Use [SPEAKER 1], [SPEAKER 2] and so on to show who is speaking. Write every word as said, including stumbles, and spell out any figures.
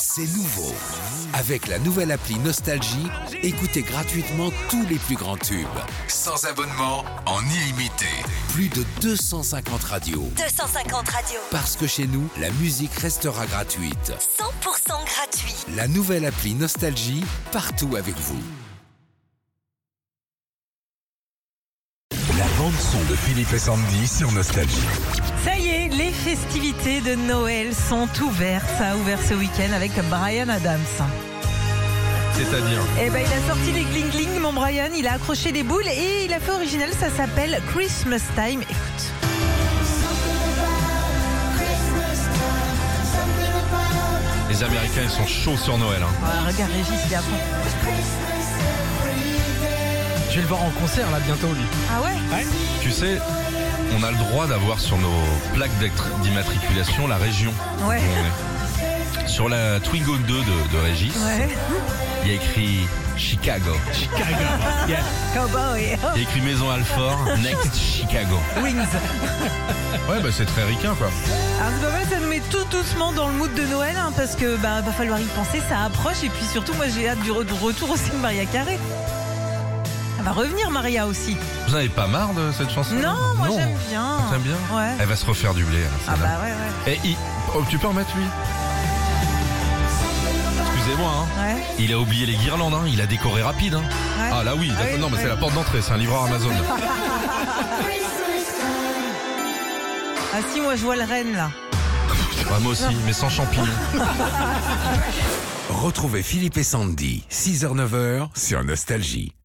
[SPEAKER 1] C'est nouveau. Avec la nouvelle appli Nostalgie, écoutez gratuitement tous les plus grands tubes. Sans abonnement, en illimité. Plus de deux cent cinquante radios.
[SPEAKER 2] deux cent cinquante radios.
[SPEAKER 1] Parce que chez nous, la musique restera gratuite.
[SPEAKER 2] cent pour cent gratuit.
[SPEAKER 1] La nouvelle appli Nostalgie, partout avec vous. La bande-son de Philippe et Sandy sur Nostalgie.
[SPEAKER 3] Ça y est, les festivités de Noël sont ouvertes. Ça a ouvert ce week-end avec Bryan Adams.
[SPEAKER 4] C'est-à-dire
[SPEAKER 3] Eh ben, il a sorti les gling gling, mon Bryan. Il a accroché les boules et il a fait original. Ça s'appelle Christmas Time. Écoute.
[SPEAKER 4] Les Américains, ils sont chauds sur Noël. Hein.
[SPEAKER 3] Ah, regarde, Régis, il est à fond.
[SPEAKER 5] Je vais le voir en concert là bientôt lui.
[SPEAKER 3] Ah ouais,
[SPEAKER 4] Tu sais, on a le droit d'avoir sur nos plaques d'immatriculation la région
[SPEAKER 3] Ouais.
[SPEAKER 4] où on est. Sur la Twingo deux de, de Régis,
[SPEAKER 3] Ouais.
[SPEAKER 4] il y a écrit Chicago.
[SPEAKER 5] Chicago. Yeah.
[SPEAKER 3] Cowboy.
[SPEAKER 4] Il y a écrit Maison Alfort, Next Chicago.
[SPEAKER 3] Wings.
[SPEAKER 4] Ouais, bah c'est très ricain quoi.
[SPEAKER 3] Alors c'est pas mal, ça nous met tout doucement dans le mood de Noël, hein, parce que bah va falloir y penser, ça approche. Et puis surtout, moi j'ai hâte du re- du retour aussi de Maria Carré. Elle va revenir, Maria aussi.
[SPEAKER 4] Vous n'avez pas marre de cette chanson?
[SPEAKER 3] Non, moi j'aime bien.
[SPEAKER 4] T'aimes bien?
[SPEAKER 3] Ouais.
[SPEAKER 4] Elle va se refaire du blé. Là,
[SPEAKER 3] Ah
[SPEAKER 4] celle-là.
[SPEAKER 3] bah ouais, ouais.
[SPEAKER 4] Et il... oh, tu peux en mettre lui? Excusez-moi, hein.
[SPEAKER 3] Ouais.
[SPEAKER 4] Il a oublié les guirlandes, hein. Il a décoré rapide. Hein.
[SPEAKER 3] Ouais.
[SPEAKER 4] Ah là oui,
[SPEAKER 3] Ah oui,
[SPEAKER 4] non mais
[SPEAKER 3] ouais.
[SPEAKER 4] c'est la porte d'entrée, c'est un livreur Amazon.
[SPEAKER 3] Ah si, moi je vois le renne là.
[SPEAKER 4] Ouais, moi aussi, mais sans champignons.
[SPEAKER 1] Retrouvez Philippe et Sandy, six heures neuf heures sur Nostalgie.